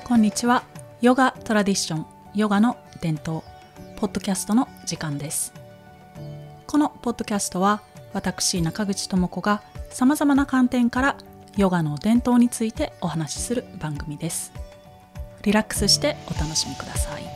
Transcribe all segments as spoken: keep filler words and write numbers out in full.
こんにちは。ヨガトラディション、ヨガの伝統ポッドキャストの時間です。このポッドキャストは私中口智子がさまざまな観点からヨガの伝統についてお話しする番組です。リラックスしてお楽しみください。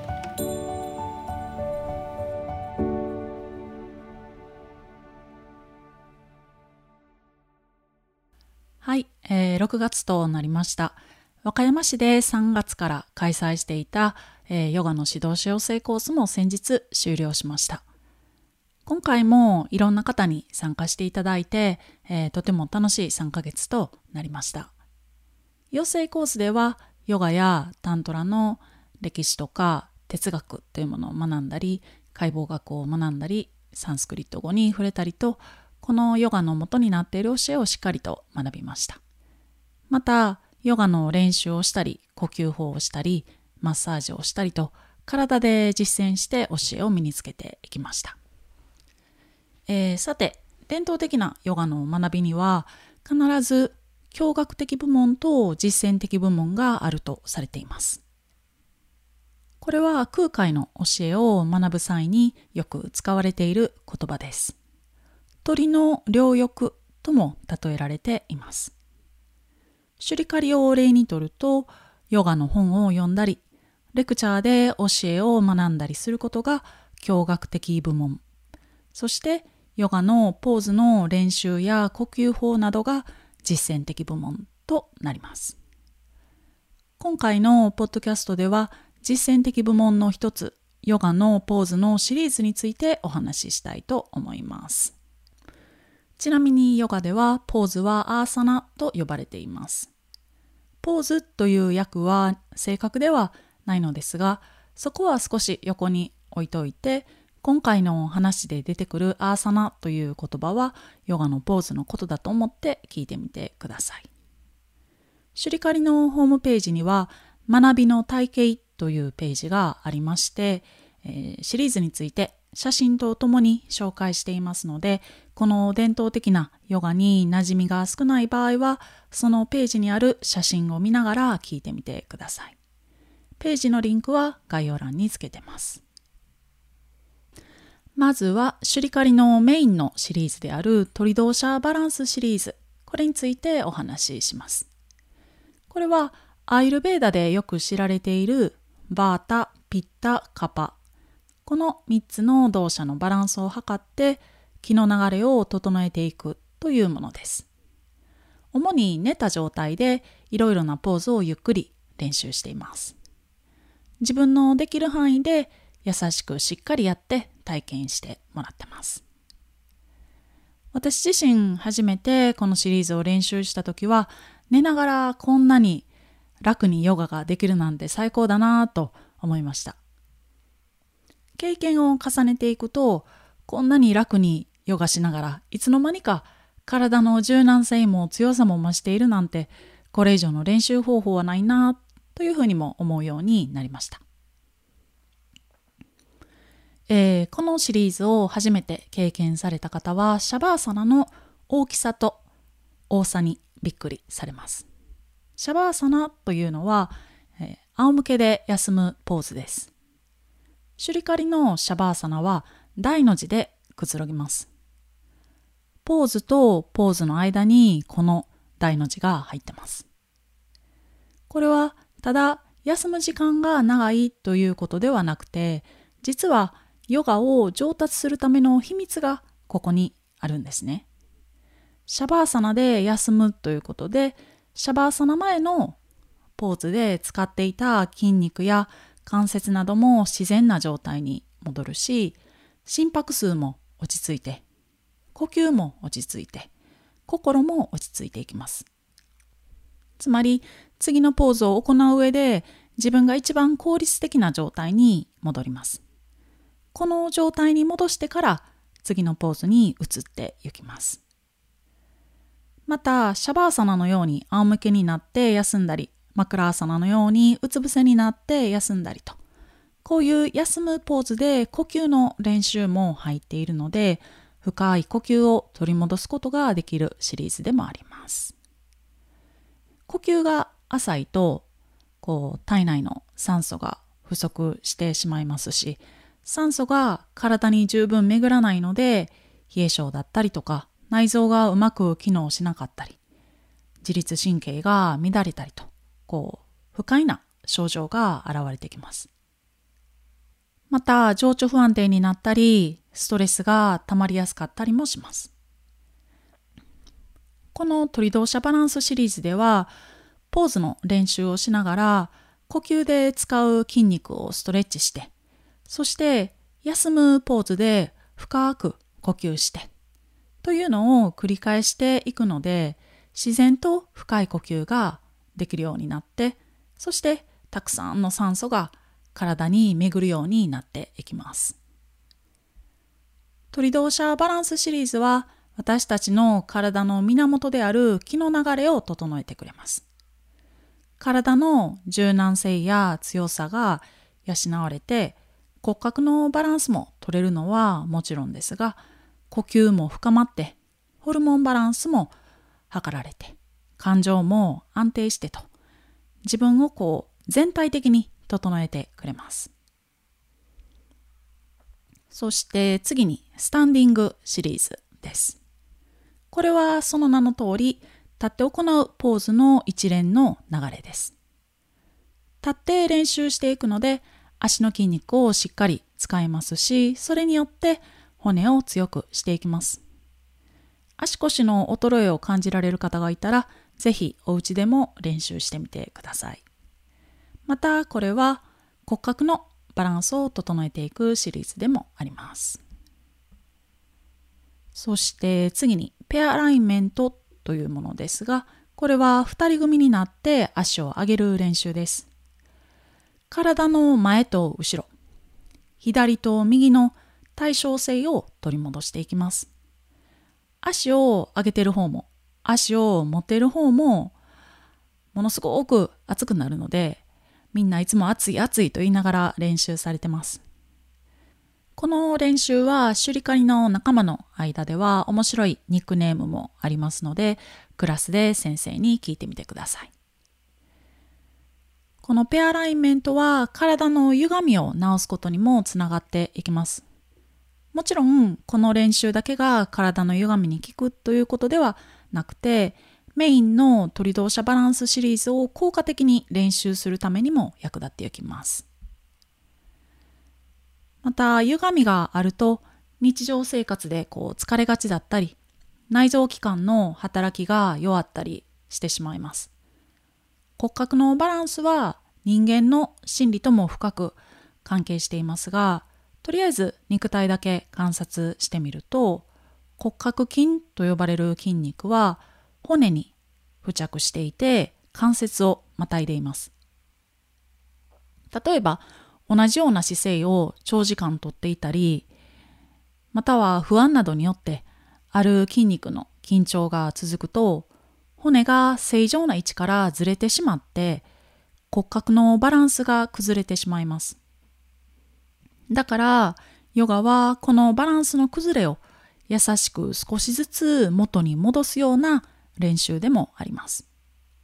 はい、えー、ろくがつとなりました。和歌山市でさんがつから開催していた、えー、ヨガの指導者養成コースも先日終了しました。今回もいろんな方に参加していただいて、えー、とても楽しいさんかげつとなりました。養成コースではヨガやタントラの歴史とか哲学というものを学んだり、解剖学を学んだり、サンスクリット語に触れたりと、このヨガの元になっている教えをしっかりと学びました。またヨガの練習をしたり、呼吸法をしたり、マッサージをしたりと、体で実践して教えを身につけていきました。えー、さて、伝統的なヨガの学びには、必ず教学的部門と実践的部門があるとされています。これは空海の教えを学ぶ際によく使われている言葉です。鳥の両翼とも例えられています。シュリカリを例にとると、ヨガの本を読んだり、レクチャーで教えを学んだりすることが教学的部門。そしてヨガのポーズの練習や呼吸法などが実践的部門となります。今回のポッドキャストでは実践的部門の一つ、ヨガのポーズのシリーズについてお話ししたいと思います。ちなみにヨガではポーズはアーサナと呼ばれています。ポーズという訳は正確ではないのですが、そこは少し横に置いといて、今回の話で出てくるアーサナという言葉はヨガのポーズのことだと思って聞いてみてください。シュリカリのホームページには学びの体系というページがありまして、えー、シリーズについて写真とともに紹介していますので、この伝統的なヨガに馴染みが少ない場合は、そのページにある写真を見ながら聞いてみてください。ページのリンクは概要欄につけてます。まずはシュリカリのメインのシリーズであるトリドーシャバランスシリーズ、これについてお話しします。これはアイルベーダでよく知られているバータ、ピッタ、カパ、このみっつの動作のバランスを測って気の流れを整えていくというものです。主に寝た状態でいろいろなポーズをゆっくり練習しています。自分のできる範囲で優しくしっかりやって体験してもらってます。私自身初めてこのシリーズを練習した時は、寝ながらこんなに楽にヨガができるなんて最高だなと思いました。経験を重ねていくと、こんなに楽にヨガしながらいつの間にか体の柔軟性も強さも増しているなんて、これ以上の練習方法はないなというふうにも思うようになりました。えー、このシリーズを初めて経験された方は、シャバーサナの大きさと多さにびっくりされます。シャバーサナというのは、えー、仰向けで休むポーズです。シュリカリのシャバーサナは大の字でくつろぎます。ポーズとポーズの間にこの大の字が入ってます。これはただ休む時間が長いということではなくて、実はヨガを上達するための秘密がここにあるんですね。シャバーサナで休むということで、シャバーサナ前のポーズで使っていた筋肉や関節なども自然な状態に戻るし、心拍数も落ち着いて、呼吸も落ち着いて、心も落ち着いていきます。つまり次のポーズを行う上で自分が一番効率的な状態に戻ります。この状態に戻してから次のポーズに移っていきます。またシャバーサナのように仰向けになって休んだり、マクラーサナのようにうつ伏せになって休んだりと、こういう休むポーズで呼吸の練習も入っているので、深い呼吸を取り戻すことができるシリーズでもあります。呼吸が浅いとこう体内の酸素が不足してしまいますし、酸素が体に十分巡らないので冷え性だったりとか、内臓がうまく機能しなかったり、自律神経が乱れたりと、こう不快な症状が現れてきます。また情緒不安定になったり、ストレスが溜まりやすかったりもします。この鳥動作バランスシリーズでは、ポーズの練習をしながら呼吸で使う筋肉をストレッチして、そして休むポーズで深く呼吸してというのを繰り返していくので、自然と深い呼吸ができるようになって、そしてたくさんの酸素が体に巡るようになっていきます。鳥動作バランスシリーズは、私たちの体の源である気の流れを整えてくれます。体の柔軟性や強さが養われて、骨格のバランスも取れるのはもちろんですが、呼吸も深まって、ホルモンバランスも測られて、感情も安定してと、自分をこう全体的に整えてくれます。そして次にスタンディングシリーズです。これはその名の通り、立って行うポーズの一連の流れです。立って練習していくので、足の筋肉をしっかり使えますし、それによって骨を強くしていきます。足腰の衰えを感じられる方がいたら、ぜひお家でも練習してみてください。またこれは骨格のバランスを整えていくシリーズでもあります。そして次にペアアライメントというものですが、これはふたり組になって足を上げる練習です。体の前と後ろ、左と右の対称性を取り戻していきます。足を上げている方も足を持っている方もものすごく熱くなるので、みんないつも熱い熱いと言いながら練習されてます。この練習はシュリカリの仲間の間では面白いニックネームもありますので、クラスで先生に聞いてみてください。このペアアライメントは体の歪みを直すことにもつながっていきます。もちろんこの練習だけが体の歪みに効くということではなくて、メインの鳥動作バランスシリーズを効果的に練習するためにも役立っていきます。また歪みがあると日常生活でこう疲れがちだったり、内臓器官の働きが弱ったりしてしまいます。骨格のバランスは人間の心理とも深く関係していますが、とりあえず肉体だけ観察してみると、骨格筋と呼ばれる筋肉は骨に付着していて関節をまたいでいます。例えば同じような姿勢を長時間とっていたり、または不安などによってある筋肉の緊張が続くと、骨が正常な位置からずれてしまって骨格のバランスが崩れてしまいます。だからヨガはこのバランスの崩れを優しく少しずつ元に戻すような練習でもあります。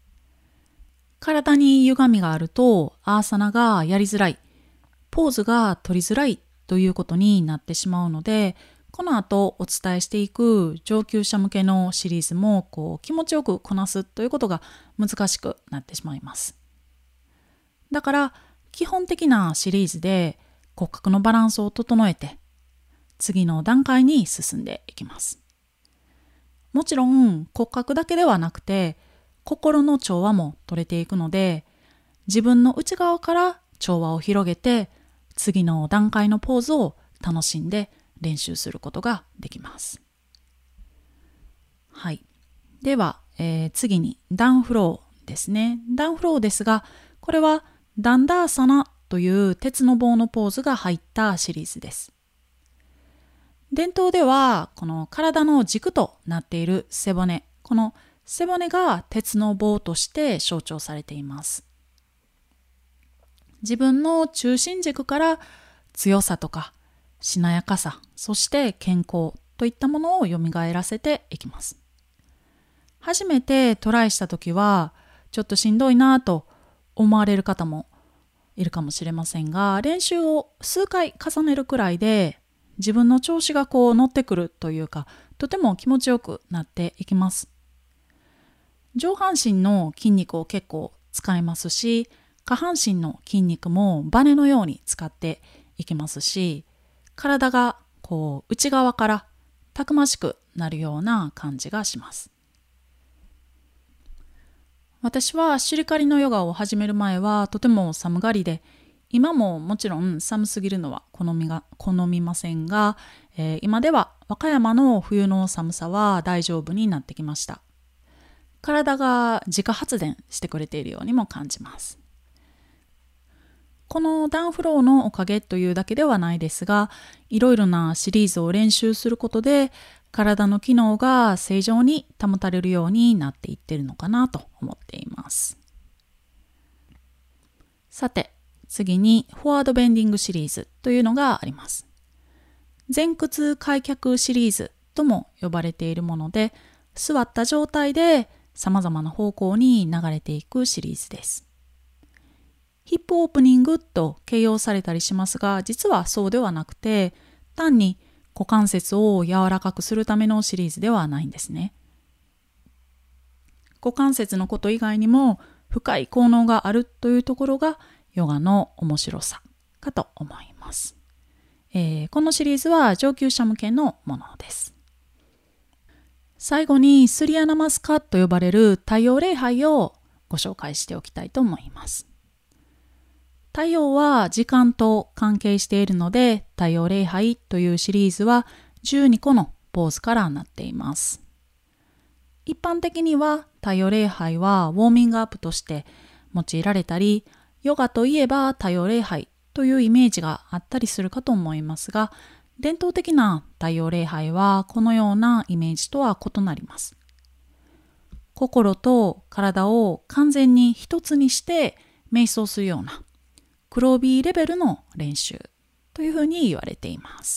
体に歪みがあるとアーサナがやりづらい、ポーズが取りづらいということになってしまうので、この後お伝えしていく上級者向けのシリーズもこう気持ちよくこなすということが難しくなってしまいます。だから基本的なシリーズで骨格のバランスを整えて次の段階に進んでいきます。もちろん骨格だけではなくて心の調和も取れていくので、自分の内側から調和を広げて次の段階のポーズを楽しんで練習することができます。はい。では、えー、次にダウンフローですね。ダウンフローですが、これはダンダーサナという鉄の棒のポーズが入ったシリーズです。伝統ではこの体の軸となっている背骨、この背骨が鉄の棒として象徴されています。自分の中心軸から強さとかしなやかさ、そして健康といったものを蘇らせていきます。初めてトライした時はちょっとしんどいなと思われる方もいるかもしれませんが、練習を数回重ねるくらいで自分の調子がこう乗ってくるというか、とても気持ちよくなっていきます。上半身の筋肉を結構使いますし、下半身の筋肉もバネのように使っていきますし、体がこう内側からたくましくなるような感じがします。私はシュリカリのヨガを始める前はとても寒がりで、今ももちろん寒すぎるのは好みが好みませんが、えー、今では和歌山の冬の寒さは大丈夫になってきました。体が自家発電してくれているようにも感じます。このダウンフローのおかげというだけではないですが、いろいろなシリーズを練習することで体の機能が正常に保たれるようになっていっているのかなと思っています。さて、次にフォワードベンディングシリーズというのがあります。前屈開脚シリーズとも呼ばれているもので、座った状態で様々な方向に流れていくシリーズです。ヒップオープニングと形容されたりしますが、実はそうではなくて、単に股関節を柔らかくするためのシリーズではないんですね。股関節のこと以外にも深い効能があるというところがヨガの面白さかと思います。えー、このシリーズは上級者向けのものです。最後にスリアナマスカと呼ばれる太陽礼拝をご紹介しておきたいと思います。太陽は時間と関係しているので、太陽礼拝というシリーズはじゅうにこのポーズからなっています。一般的には太陽礼拝はウォーミングアップとして用いられたり、ヨガといえば太陽礼拝というイメージがあったりするかと思いますが、伝統的な太陽礼拝はこのようなイメージとは異なります。心と体を完全に一つにして瞑想するような黒帯レベルの練習というふうに言われています。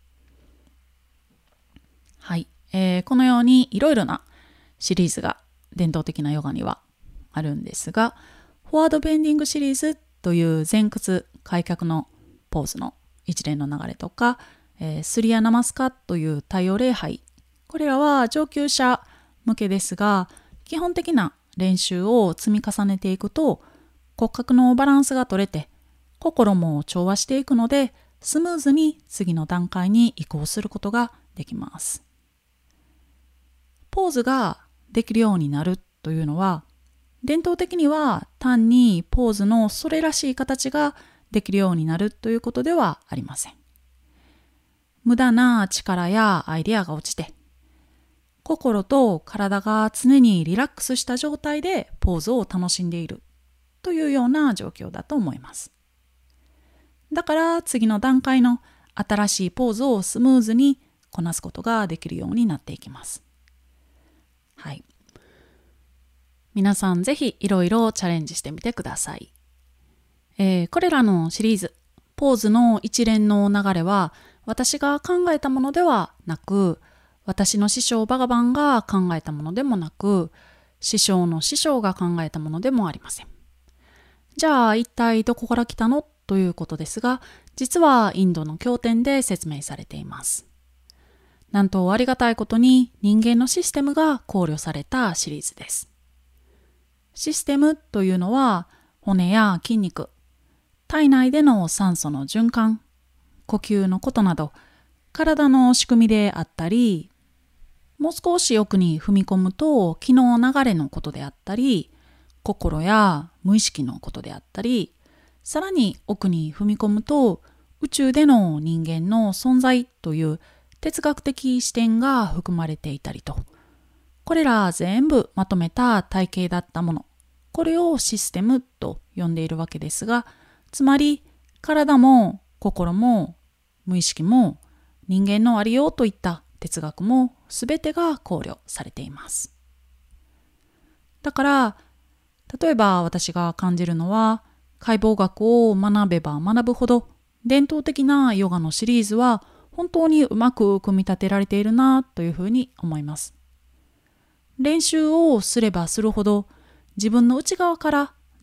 はい、えー、このようにいろいろなシリーズが伝統的なヨガにはあるんですが、フォワードベンディングシリーズという前屈開脚のポーズの一連の流れとか、えー、スリアナマスカという太陽礼拝、これらは上級者向けですが、基本的な練習を積み重ねていくと骨格のバランスが取れて心も調和していくので、スムーズに次の段階に移行することができます。ポーズができるようになるというのは、伝統的には単にポーズのそれらしい形ができるようになるということではありません。無駄な力やアイデアが落ちて、心と体が常にリラックスした状態でポーズを楽しんでいるというような状況だと思います。だから次の段階の新しいポーズをスムーズにこなすことができるようになっていきます。はい。皆さんぜひいろいろチャレンジしてみてください。えー、これらのシリーズ、ポーズの一連の流れは私が考えたものではなく、私の師匠バガバンが考えたものでもなく、師匠の師匠が考えたものでもありません。じゃあ一体どこから来たのということですが、実はインドの経典で説明されています。なんとありがたいことに人間のシステムが考慮されたシリーズです。システムというのは骨や筋肉、体内での酸素の循環、呼吸のことなど、体の仕組みであったり、もう少し奥に踏み込むと気の流れのことであったり、心や無意識のことであったり、さらに奥に踏み込むと宇宙での人間の存在という哲学的視点が含まれていたりと、これら全部まとめた体系だったもの、これをシステムと呼んでいるわけですが、つまり体も心も無意識も人間のありようといった哲学も全てが考慮されています。だから例えば私が感じるのは、解剖学を学べば学ぶほど伝統的なヨガのシリーズは本当にうまく組み立てられているなというふうに思います。練習をすればするほど自分の内側から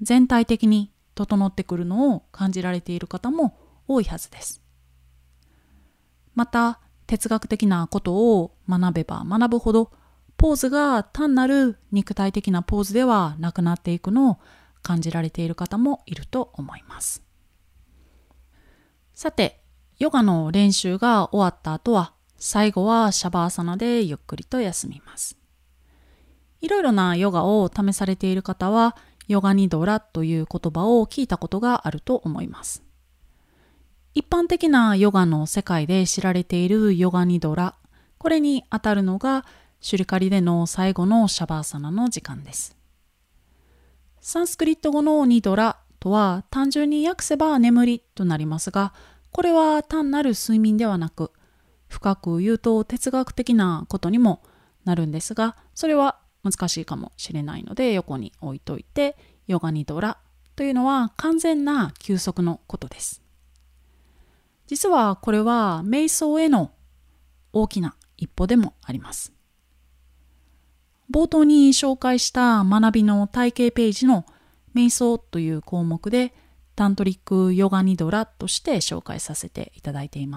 全体的に整ってくるのを感じられている方も多いはずです。また、哲学的なことを学べば学ぶほど、ポーズが単なる肉体的なポーズではなくなっていくのを感じられている方もいると思います。さて、ヨガの練習が終わった後は、最後はシャバーサナでゆっくりと休みます。いろいろなヨガを試されている方は、ヨガニドラという言葉を聞いたことがあると思います。一般的なヨガの世界で知られているヨガニドラ、これに当たるのがシュリカリでの最後のシャバーサナの時間です。サンスクリット語のニドラとは単純に訳せば眠りとなりますが、これは単なる睡眠ではなく、深く言うと哲学的なことにもなるんですが、それは難しいかもしれないので横に置いといて、ヨガニドラというのは完全な休息のことです。実はこれは瞑想への大きな一歩でもあります。冒頭に紹介した学びの体系ページの瞑想という項目でタントリックヨガニドラとして紹介させていただいています。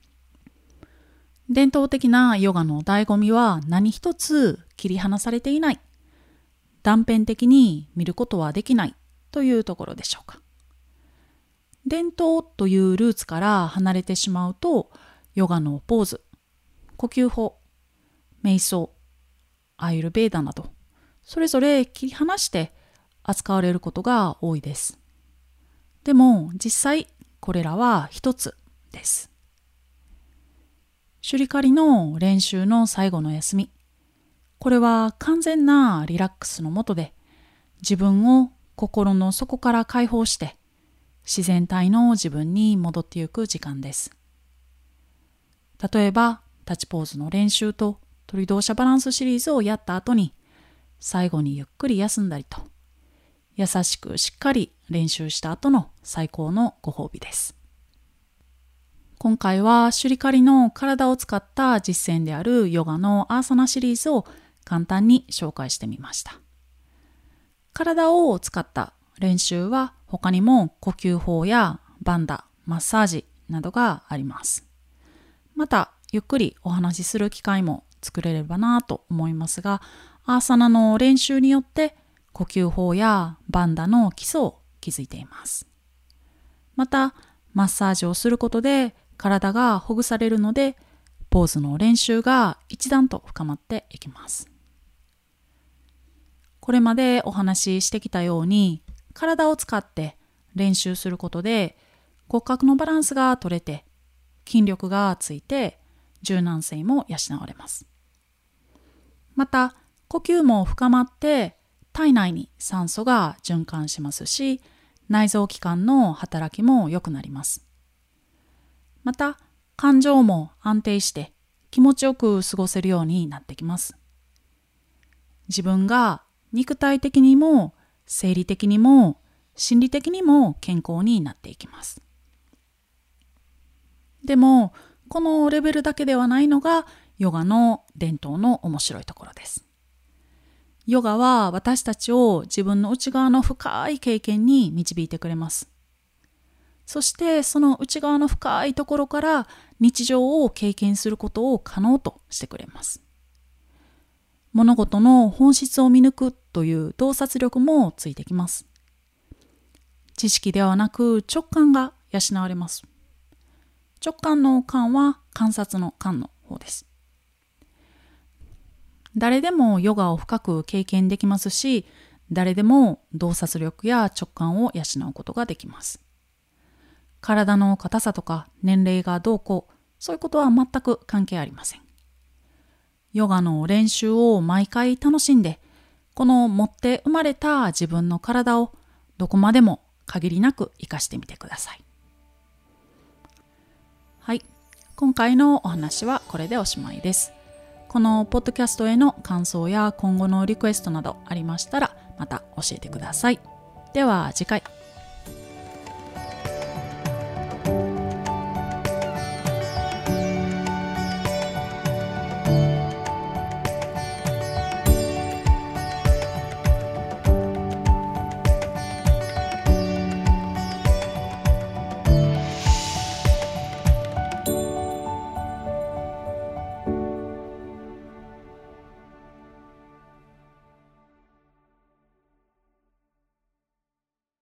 伝統的なヨガの醍醐味は何一つ切り離されていない、断片的に見ることはできないというところでしょうか。伝統というルーツから離れてしまうと、ヨガのポーズ、呼吸法、瞑想、アイルベーダなど、それぞれ切り離して扱われることが多いです。でも実際これらは一つです。シュリカリの練習の最後の休み、これは完全なリラックスの下で自分を心の底から解放して自然体の自分に戻ってゆく時間です。例えば立ちポーズの練習と鳥動作バランスシリーズをやった後に最後にゆっくり休んだりと、優しくしっかり練習した後の最高のご褒美です。今回はシュリカリの体を使った実践であるヨガのアーサナシリーズを簡単に紹介してみました。体を使った練習は他にも呼吸法やバンダ、マッサージなどがあります。またゆっくりお話しする機会も作れればなと思いますが、アーサナの練習によって呼吸法やバンダの基礎を築いています。またマッサージをすることで体がほぐされるので、ポーズの練習が一段と深まっていきます。これまでお話ししてきたように、体を使って練習することで骨格のバランスが取れて、筋力がついて柔軟性も養われます。また呼吸も深まって体内に酸素が循環しますし、内臓器官の働きも良くなります。また感情も安定して気持ちよく過ごせるようになってきます。自分が肉体的にも生理的にも心理的にも健康になっていきます。でもこのレベルだけではないのがヨガの伝統の面白いところです。ヨガは私たちを自分の内側の深い経験に導いてくれます。そしてその内側の深いところから日常を経験することを可能としてくれます。物事の本質を見抜くという洞察力もついてきます。知識ではなく直感が養われます。直感の感は観察の感の方です。誰でもヨガを深く経験できますし、誰でも洞察力や直感を養うことができます。体の硬さとか年齢がどうこう、そういうことは全く関係ありません。ヨガの練習を毎回楽しんで、この持って生まれた自分の体をどこまでも限りなく生かしてみてください。はい、今回のお話はこれでおしまいです。このポッドキャストへの感想や今後のリクエストなどありましたらまた教えてください。では次回。